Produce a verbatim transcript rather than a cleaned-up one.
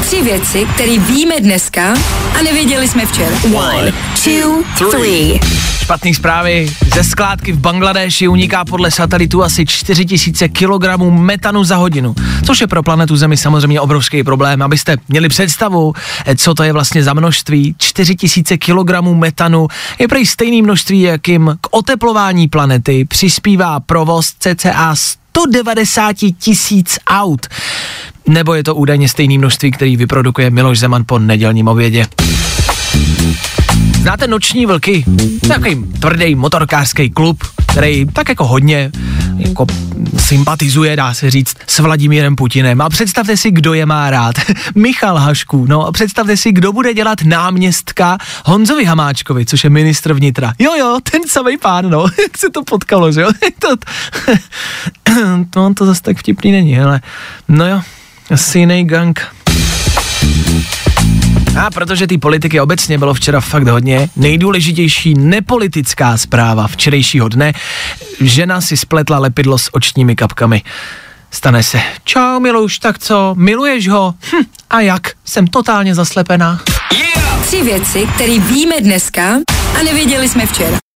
Tři věci, které víme dneska a nevěděli jsme včera. One, two, three. Špatný zprávy. Ze skládky v Bangladéši uniká podle satelitu asi čtyři tisíce kilogramů metanu za hodinu, což je pro planetu Zemi samozřejmě obrovský problém. Abyste měli představu, co to je vlastně za množství, čtyři tisíce kilogramů metanu je prej stejný množství, jakým k oteplování planety přispívá provoz cca sto devadesát tisíc aut. Nebo je to údajně stejný množství, který vyprodukuje Miloš Zeman po nedělním obědě. Znáte Noční vlky? Takový tvrdý motorkářský klub, který tak jako hodně jako sympatizuje, dá se říct, s Vladimírem Putinem. A představte si, kdo je má rád. Michal Hašků. No a představte si, kdo bude dělat náměstka Honzovi Hamáčkovi, což je ministr vnitra. Jo, jo, ten samej pán, no. Jak se to potkalo, že jo? to, to, to zase tak vtipný není, ale no jo, asi jiný gang. A protože ty politiky obecně bylo včera fakt hodně, nejdůležitější nepolitická zpráva včerejšího dne, žena si spletla lepidlo s očními kapkami. Stane se. Čau Miluš, tak co, miluješ ho? Hm, a jak? Jsem totálně zaslepená. Yeah! Tři věci, které víme dneska a nevěděli jsme včera.